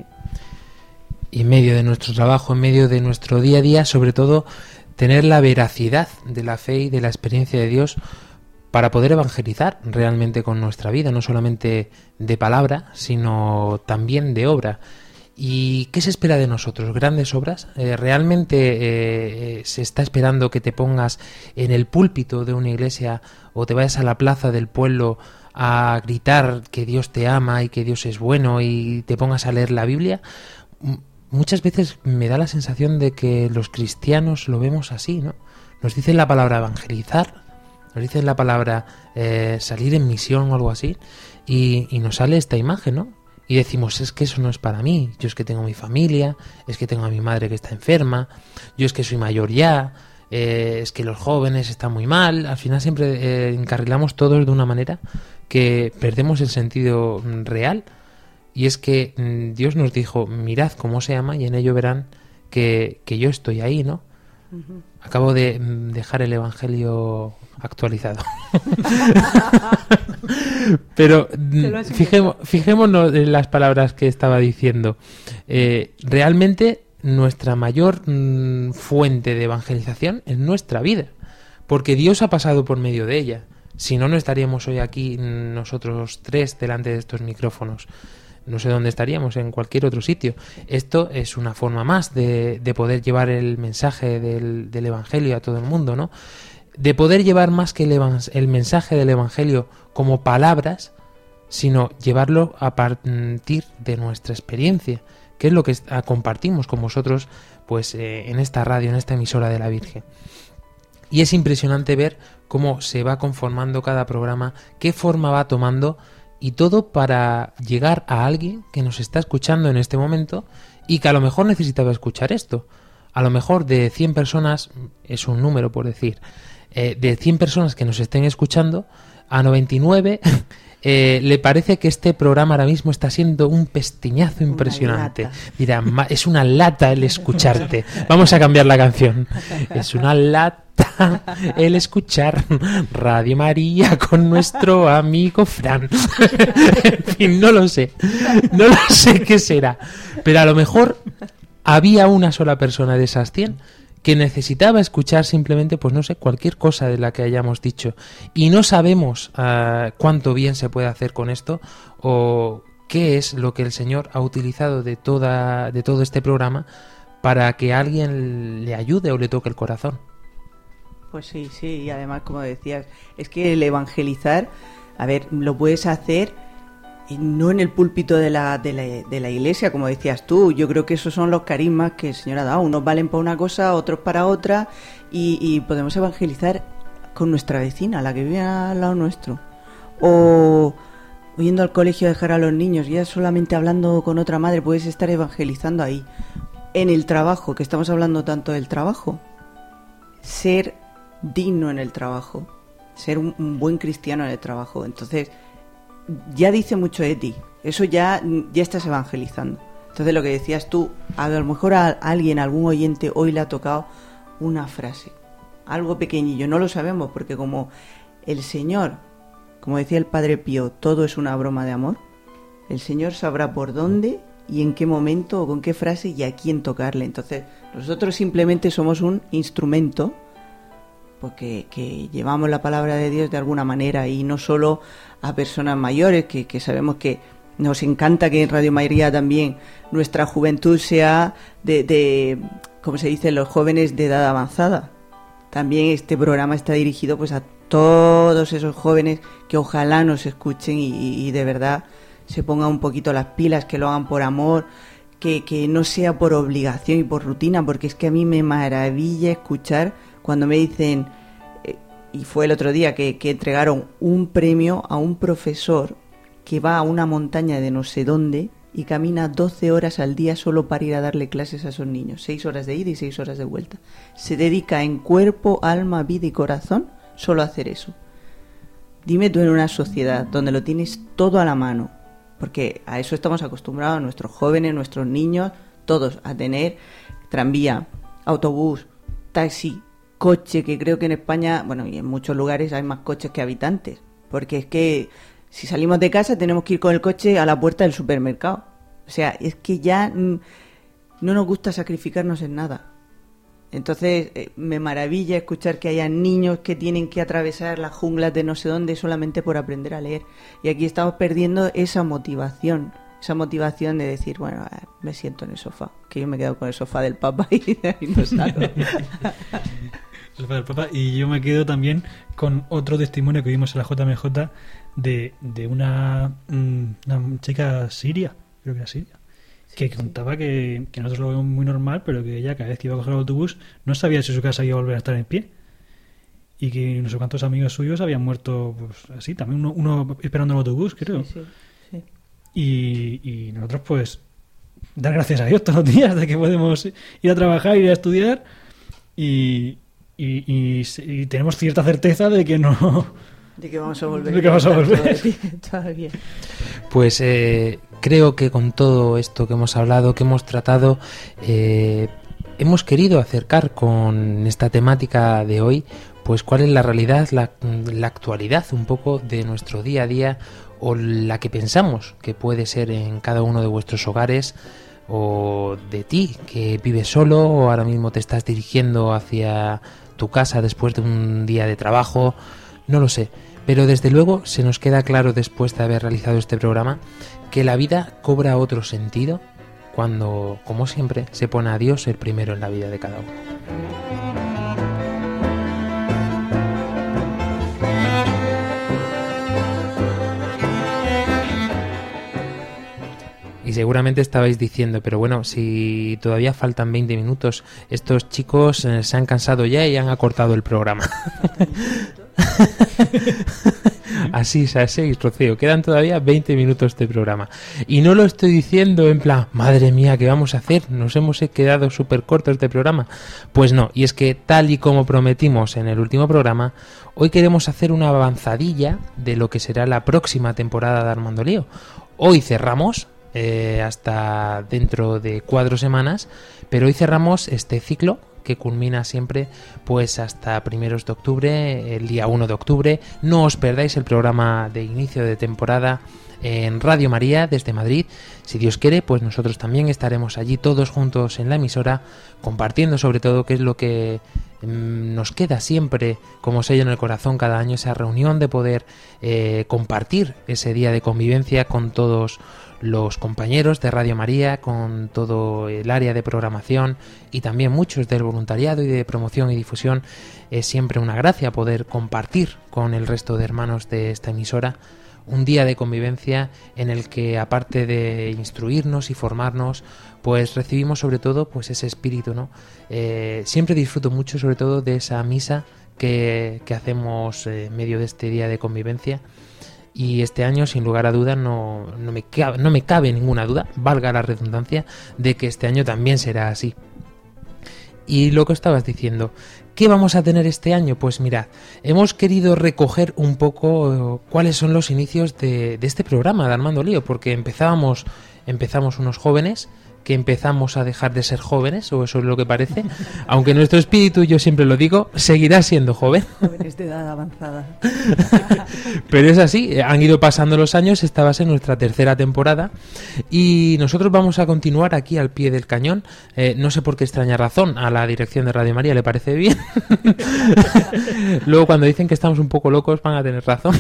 Y en medio de nuestro trabajo, en medio de nuestro día a día, sobre todo, tener la veracidad de la fe y de la experiencia de Dios para poder evangelizar realmente con nuestra vida, no solamente de palabra, sino también de obra. ¿Y qué se espera de nosotros? ¿Grandes obras? ¿Realmente se está esperando que te pongas en el púlpito de una iglesia o te vayas a la plaza del pueblo a gritar que Dios te ama y que Dios es bueno y te pongas a leer la Biblia? Muchas veces me da la sensación de que los cristianos lo vemos así, ¿no? Nos dicen la palabra evangelizar, nos dicen la palabra salir en misión o algo así, y nos sale esta imagen, ¿no? Y decimos, es que eso no es para mí, yo es que tengo mi familia, es que tengo a mi madre que está enferma, yo es que soy mayor ya, es que los jóvenes están muy mal. Al final siempre encarrilamos todos de una manera que perdemos el sentido real, y es que Dios nos dijo, mirad cómo se ama y en ello verán que yo estoy ahí, ¿no? Uh-huh. Acabo de dejar el Evangelio actualizado. Pero fijémonos en las palabras que estaba diciendo. Realmente nuestra mayor fuente de evangelización es nuestra vida, porque Dios ha pasado por medio de ella. Si no, no estaríamos hoy aquí nosotros tres delante de estos micrófonos. No sé dónde estaríamos, en cualquier otro sitio. Esto es una forma más de poder llevar el mensaje del Evangelio a todo el mundo, ¿no? De poder llevar más que el mensaje del Evangelio como palabras, sino llevarlo a partir de nuestra experiencia, que es lo que compartimos con vosotros, pues en esta radio, en esta emisora de la Virgen. Y es impresionante ver cómo se va conformando cada programa, qué forma va tomando, y todo para llegar a alguien que nos está escuchando en este momento y que a lo mejor necesitaba escuchar esto. A lo mejor de 100 personas, es un número por decir, de 100 personas que nos estén escuchando, a 99 le parece que este programa ahora mismo está siendo un pestiñazo impresionante. Dirá, es una lata el escucharte. Vamos a cambiar la canción. Es una lata el escuchar Radio María con nuestro amigo Fran. En fin, no lo sé qué será, pero a lo mejor había una sola persona de esas 100 que necesitaba escuchar simplemente, pues no sé, cualquier cosa de la que hayamos dicho, y no sabemos cuánto bien se puede hacer con esto o qué es lo que el Señor ha utilizado de todo este programa para que alguien le ayude o le toque el corazón. Pues sí, y además, como decías, es que el evangelizar, a ver, lo puedes hacer no en el púlpito de la iglesia, como decías tú. Yo creo que esos son los carismas que el Señor ha dado. Unos valen para una cosa, otros para otra, y podemos evangelizar con nuestra vecina, la que vive al lado nuestro. O yendo al colegio a dejar a los niños, ya solamente hablando con otra madre, puedes estar evangelizando ahí. En el trabajo, que estamos hablando tanto del trabajo, ser digno en el trabajo, ser un buen cristiano en el trabajo. Entonces, ya dice mucho de ti. Eso ya estás evangelizando. Entonces, lo que decías tú, a lo mejor a alguien, algún oyente, hoy le ha tocado una frase, algo pequeñillo. No lo sabemos porque como el Señor, como decía el Padre Pío, todo es una broma de amor. El Señor sabrá por dónde y en qué momento o con qué frase y a quién tocarle. Entonces, nosotros simplemente somos un instrumento porque que llevamos la palabra de Dios de alguna manera, y no solo a personas mayores, que sabemos que nos encanta que en Radio María también nuestra juventud sea de como se dice, los jóvenes de edad avanzada. También este programa está dirigido pues a todos esos jóvenes que ojalá nos escuchen y de verdad se pongan un poquito las pilas, que lo hagan por amor, que no sea por obligación y por rutina, porque es que a mí me maravilla escuchar cuando me dicen, y fue el otro día que entregaron un premio a un profesor que va a una montaña de no sé dónde y camina 12 horas al día solo para ir a darle clases a esos niños, 6 horas de ida y 6 horas de vuelta. Se dedica en cuerpo, alma, vida y corazón solo a hacer eso. Dime tú, en una sociedad donde lo tienes todo a la mano, porque a eso estamos acostumbrados, nuestros jóvenes, nuestros niños, todos, a tener tranvía, autobús, taxi, coche, que creo que en España, bueno, y en muchos lugares hay más coches que habitantes, porque es que si salimos de casa tenemos que ir con el coche a la puerta del supermercado. O sea, es que ya no nos gusta sacrificarnos en nada. Entonces me maravilla escuchar que haya niños que tienen que atravesar las junglas de no sé dónde solamente por aprender a leer. Y aquí estamos perdiendo esa motivación de decir, bueno, me siento en el sofá, que yo me quedo con el sofá del Papa y de ahí no salgo. El sofá del Papa. Y yo me quedo también con otro testimonio que vimos en la JMJ de una chica siria, creo que era siria, que contaba que nosotros lo vemos muy normal, pero que ella cada vez que iba a coger el autobús no sabía si su casa iba a volver a estar en pie, y que no sé cuántos amigos suyos habían muerto pues así, también uno esperando el autobús, creo. Sí. Y nosotros pues dar gracias a Dios todos los días de que podemos ir a trabajar, ir a estudiar y tenemos cierta certeza de que no... De que vamos a volver. Todavía. Pues creo que con todo esto que hemos hablado, que hemos tratado, hemos querido acercar con esta temática de hoy, pues cuál es la realidad, la actualidad un poco de nuestro día a día, o la que pensamos que puede ser en cada uno de vuestros hogares, o de ti que vives solo o ahora mismo te estás dirigiendo hacia tu casa después de un día de trabajo, no lo sé. Pero desde luego se nos queda claro después de haber realizado este programa que la vida cobra otro sentido cuando, como siempre, se pone a Dios el primero en la vida de cada uno. Y seguramente estabais diciendo, pero bueno, si todavía faltan 20 minutos, estos chicos se han cansado ya y han acortado el programa. Así, Rocío, quedan todavía 20 minutos de programa. Y no lo estoy diciendo en plan, madre mía, ¿qué vamos a hacer? Nos hemos quedado súper cortos de programa. Pues no, y es que tal y como prometimos en el último programa, hoy queremos hacer una avanzadilla de lo que será la próxima temporada de Armando Lío. Hoy cerramos hasta dentro de 4 semanas, pero hoy cerramos este ciclo que culmina siempre pues hasta primeros de octubre, el día 1 de octubre. No os perdáis el programa de inicio de temporada en Radio María desde Madrid. Si Dios quiere, pues nosotros también estaremos allí todos juntos en la emisora, compartiendo sobre todo qué es lo que nos queda siempre como sello en el corazón cada año esa reunión de poder compartir ese día de convivencia con todos los compañeros de Radio María, con todo el área de programación y también muchos del voluntariado y de promoción y difusión. Es siempre una gracia poder compartir con el resto de hermanos de esta emisora un día de convivencia en el que, aparte de instruirnos y formarnos, pues recibimos sobre todo pues ese espíritu, ¿no? Siempre disfruto mucho sobre todo de esa misa que hacemos en medio de este día de convivencia. Y este año, sin lugar a dudas, no me cabe ninguna duda, valga la redundancia, de que este año también será así. Y lo que estabas diciendo, ¿qué vamos a tener este año? Pues mirad, hemos querido recoger un poco cuáles son los inicios de este programa de Armando Lío, porque empezamos unos jóvenes que empezamos a dejar de ser jóvenes, o eso es lo que parece, aunque nuestro espíritu, yo siempre lo digo, seguirá siendo joven. Jóvenes de edad avanzada. Pero es así, han ido pasando los años, esta va a ser nuestra tercera temporada y nosotros vamos a continuar aquí al pie del cañón. No sé por qué extraña razón, a la dirección de Radio María le parece bien. Luego cuando dicen que estamos un poco locos van a tener razón.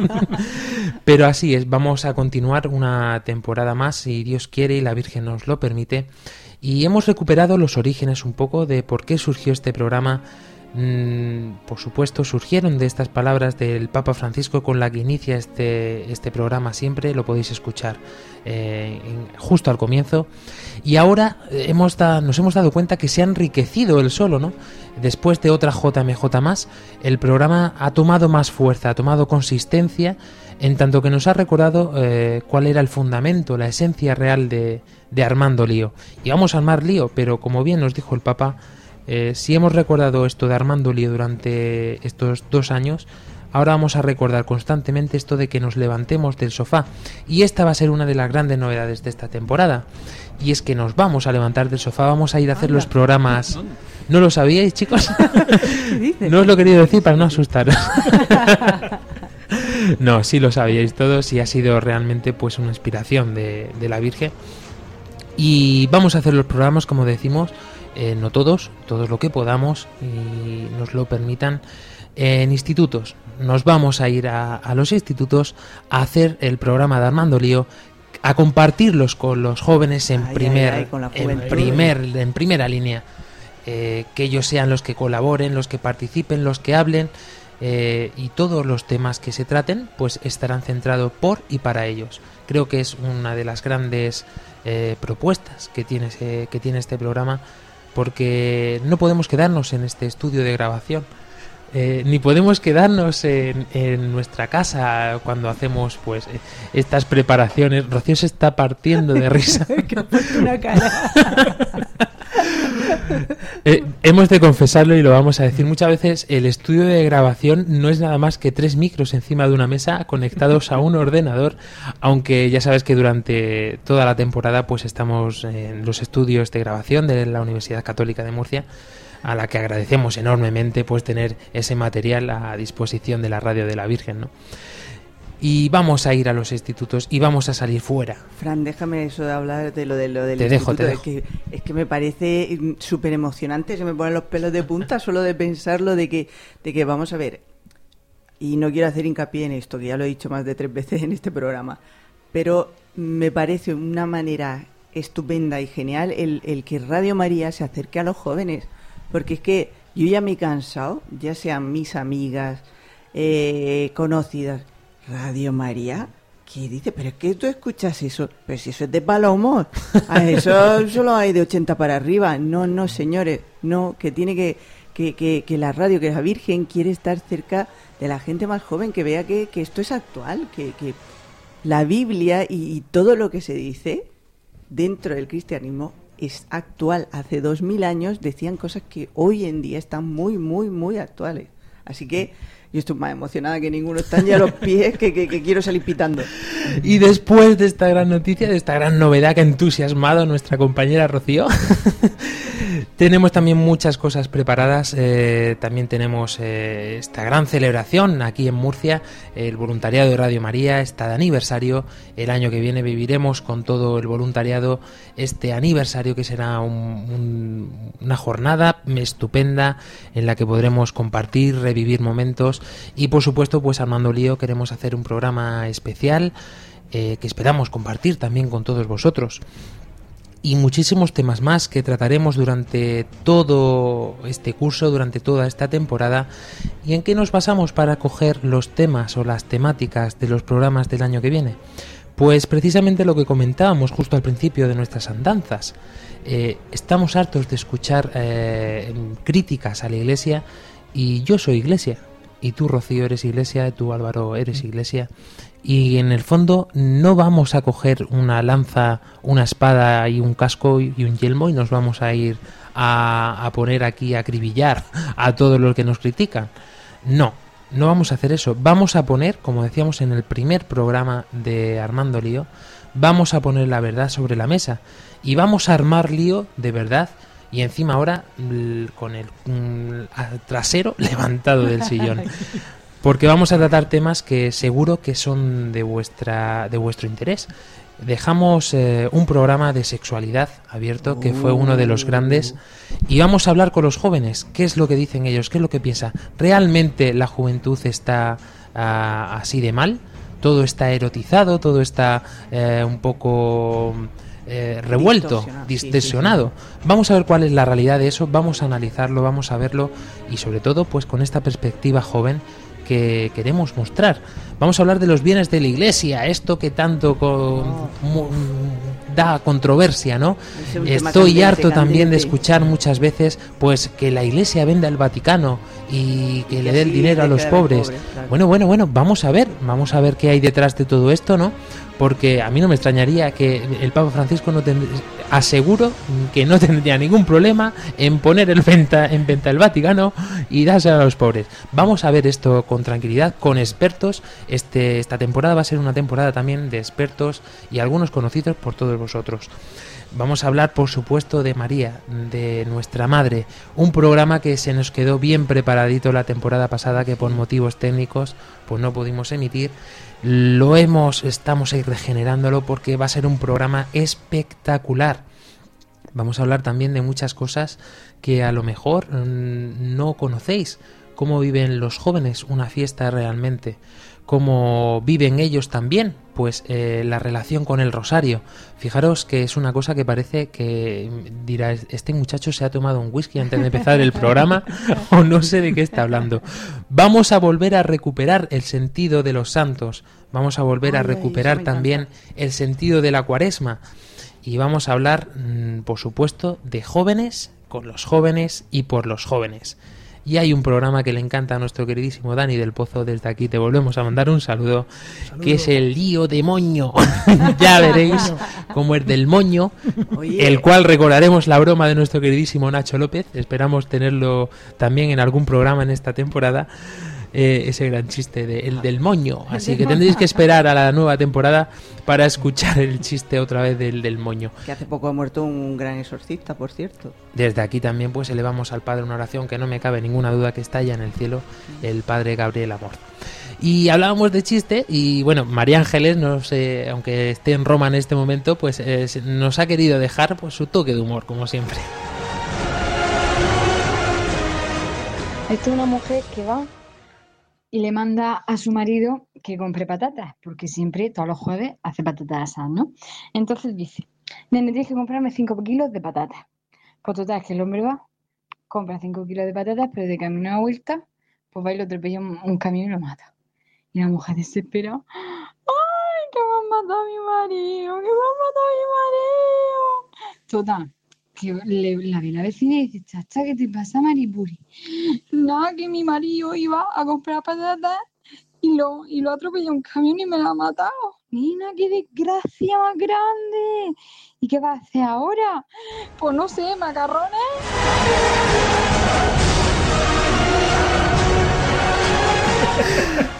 Pero así es, vamos a continuar una temporada más, si Dios quiere y la Virgen nos lo permite. Y hemos recuperado los orígenes un poco de por qué surgió este programa. Por supuesto, surgieron de estas palabras del Papa Francisco con la que inicia este programa siempre, lo podéis escuchar justo al comienzo. Y ahora nos hemos dado cuenta que se ha enriquecido él solo, ¿no? Después de otra JMJ más, el programa ha tomado más fuerza, ha tomado consistencia, en tanto que nos ha recordado cuál era el fundamento, la esencia real de Armando Lío. Y vamos a armar lío, pero como bien nos dijo el Papa, si hemos recordado esto de Armando Lío durante estos 2 años, ahora vamos a recordar constantemente esto de que nos levantemos del sofá. Y esta va a ser una de las grandes novedades de esta temporada. Y es que nos vamos a levantar del sofá, vamos a ir a hacer los programas. ¿No lo sabíais, chicos? No os lo he querido decir para no asustaros. No, sí lo sabíais todos y ha sido realmente pues una inspiración de la Virgen. Y vamos a hacer los programas, como decimos, no todos lo que podamos y nos lo permitan, en institutos. Nos vamos a ir a los institutos a hacer el programa de Armando Lío, a compartirlos con los jóvenes en primera línea, que ellos sean los que colaboren, los que participen, los que hablen, y todos los temas que se traten pues estarán centrados por y para ellos. Creo que es una de las grandes propuestas que tiene este programa, porque no podemos quedarnos en este estudio de grabación, ni podemos quedarnos en nuestra casa cuando hacemos pues estas preparaciones. Rocío se está partiendo de risa. Que ha puesto una cara. Hemos de confesarlo y lo vamos a decir muchas veces, el estudio de grabación no es nada más que 3 micros encima de una mesa conectados a un ordenador, aunque ya sabes que durante toda la temporada pues estamos en los estudios de grabación de la Universidad Católica de Murcia, a la que agradecemos enormemente pues tener ese material a disposición de la Radio de la Virgen, ¿no? Y vamos a ir a los institutos y vamos a salir fuera. Fran, déjame eso de hablar de lo del te instituto. Dejo. Es que me parece súper emocionante, se me ponen los pelos de punta solo de pensarlo, de que vamos a ver, y no quiero hacer hincapié en esto, que ya lo he dicho más de 3 veces en este programa, pero me parece una manera estupenda y genial el que Radio María se acerque a los jóvenes, porque es que yo ya me he cansado, ya sean mis amigas, conocidas, Radio María, ¿qué dice? Pero es que tú escuchas eso, pero si eso es de palomo, a eso solo hay de 80 para arriba. No, señores, no, que tiene que la radio, que la Virgen quiere estar cerca de la gente más joven, que vea que esto es actual, que la Biblia y todo lo que se dice dentro del cristianismo es actual. Hace 2000 años decían cosas que hoy en día están muy, muy, muy actuales. Así que yo estoy más emocionada que ninguno. Están ya los pies que quiero salir pitando. Y después de esta gran noticia, de esta gran novedad que ha entusiasmado a nuestra compañera Rocío, Tenemos también muchas cosas preparadas, también tenemos esta gran celebración aquí en Murcia, el voluntariado de Radio María está de aniversario. El año que viene viviremos con todo el voluntariado este aniversario, que será una jornada estupenda en la que podremos compartir, revivir momentos, y por supuesto pues Armando Lío queremos hacer un programa especial que esperamos compartir también con todos vosotros. Y muchísimos temas más que trataremos durante todo este curso, durante toda esta temporada, y en qué nos basamos para coger los temas o las temáticas de los programas del año que viene. Pues precisamente lo que comentábamos justo al principio de nuestras andanzas. Estamos hartos de escuchar críticas a la Iglesia, y yo soy Iglesia, y tú, Rocío, eres Iglesia, y tú, Álvaro, eres Iglesia. Y en el fondo no vamos a coger una lanza, una espada y un casco y un yelmo y nos vamos a ir a poner aquí a acribillar a todos los que nos critican. No vamos a hacer eso. Vamos a poner, como decíamos en el primer programa de Armando Lío, vamos a poner la verdad sobre la mesa y vamos a armar lío de verdad. Y encima ahora con el trasero levantado del sillón. Porque vamos a tratar temas que seguro que son de vuestro interés. Dejamos un programa de sexualidad abierto, que fue uno de los grandes, y vamos a hablar con los jóvenes. ¿Qué es lo que dicen ellos? ¿Qué es lo que piensan? ¿Realmente la juventud está así de mal? ¿Todo está erotizado? ¿Todo está un poco revuelto, distorsionado? Sí. Vamos a ver cuál es la realidad de eso, vamos a analizarlo, vamos a verlo, y sobre todo pues con esta perspectiva joven que queremos mostrar. Vamos a hablar de los bienes de la Iglesia, esto que tanto da controversia, ¿no? Estoy harto también de escuchar muchas veces pues que la Iglesia venda el Vaticano y que le dé el dinero a los pobres. Claro. Bueno, vamos a ver qué hay detrás de todo esto, ¿no? Porque a mí no me extrañaría que el Papa Francisco aseguro que no tendría ningún problema en poner en venta el Vaticano y dárselo a los pobres. Vamos a ver esto con tranquilidad, con expertos. Esta temporada va a ser una temporada también de expertos y algunos conocidos por todos vosotros. Vamos a hablar, por supuesto, de María, de nuestra Madre, un programa que se nos quedó bien preparadito la temporada pasada, que por motivos técnicos pues no pudimos emitir. Estamos ahí regenerándolo porque va a ser un programa espectacular. Vamos a hablar también de muchas cosas que a lo mejor no conocéis. Cómo viven los jóvenes una fiesta realmente, cómo viven ellos también pues la relación con el rosario. Fijaros que es una cosa que parece que dirá, este muchacho se ha tomado un whisky antes de empezar el programa o no sé de qué está hablando. Vamos a volver a recuperar el sentido de los santos, vamos a volver a recuperar también el sentido de la Cuaresma, y vamos a hablar por supuesto de jóvenes, con los jóvenes y por los jóvenes. Y hay un programa que le encanta a nuestro queridísimo Dani del Pozo, desde aquí te volvemos a mandar un saludo. Que es el lío de moño. Ya veréis cómo es del moño. Oye. El cual recordaremos la broma de nuestro queridísimo Nacho López. Esperamos tenerlo también en algún programa en esta temporada. Ese gran chiste del moño. Así que tendréis que esperar a la nueva temporada para escuchar el chiste otra vez del moño. Que hace poco ha muerto un gran exorcista, por cierto. Desde aquí también pues elevamos al Padre una oración que no me cabe ninguna duda que está allá en el cielo, el Padre Gabriel Amor. Y hablábamos de chiste y bueno, María Ángeles, no sé, aunque esté en Roma en este momento, pues nos ha querido dejar pues su toque de humor, como siempre. Esto es una mujer que va y le manda a su marido que compre patatas, porque siempre, todos los jueves, hace patatas asadas, ¿no? Entonces dice, nene, tienes que comprarme 5 kilos de patatas. Pues total, que el hombre va, compra 5 kilos de patatas, pero de camino a vuelta, pues va y lo atropella un camión y lo mata. Y la mujer desespera, ¡ay, que me han matado a mi marido! ¡Que me han matado a mi marido! Total, que la ve la vecina y dice, chacha, ¿qué te pasa, Maripuri? Nada, que mi marido iba a comprar patatas y lo atropelló un camión y me la ha matado. Nina, qué desgracia más grande. ¿Y qué va a hacer ahora? Pues no sé, macarrones.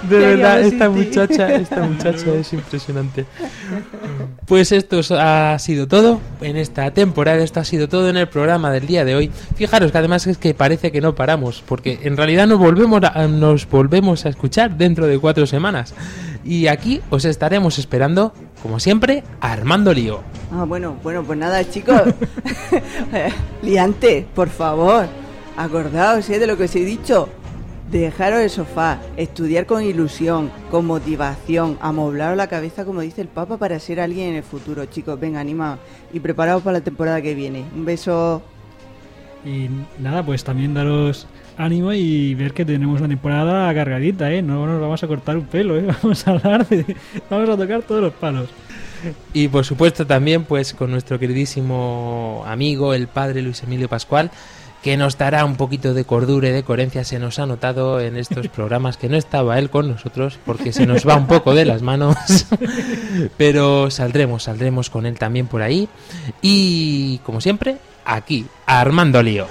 De verdad, esta muchacha es impresionante. Pues esto ha sido todo en esta temporada, esto ha sido todo en el programa del día de hoy. Fijaros que además es que parece que no paramos, porque en realidad nos volvemos a escuchar dentro de 4 semanas. Y aquí os estaremos esperando, como siempre, Armando Lío. Bueno, pues nada, chicos. Liante, por favor, acordaos de lo que os he dicho. Dejaros el sofá, estudiar con ilusión, con motivación, amoblaros la cabeza, como dice el Papa, para ser alguien en el futuro. Chicos, venga, animaos y preparaos para la temporada que viene. Un beso. Y nada, pues también daros ánimo y ver que tenemos una temporada cargadita, no nos vamos a cortar un pelo, vamos a vamos a tocar todos los palos. Y por supuesto también pues con nuestro queridísimo amigo, el padre Luis Emilio Pascual, que nos dará un poquito de cordura y de coherencia. Se nos ha notado en estos programas que no estaba él con nosotros porque se nos va un poco de las manos, pero saldremos con él también por ahí. Y como siempre, aquí, Armando Lío.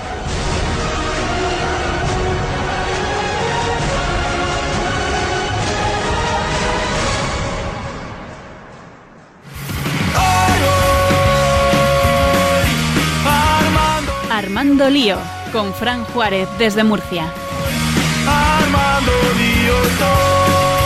Armando Lío, con Fran Juárez desde Murcia. Armando Lío.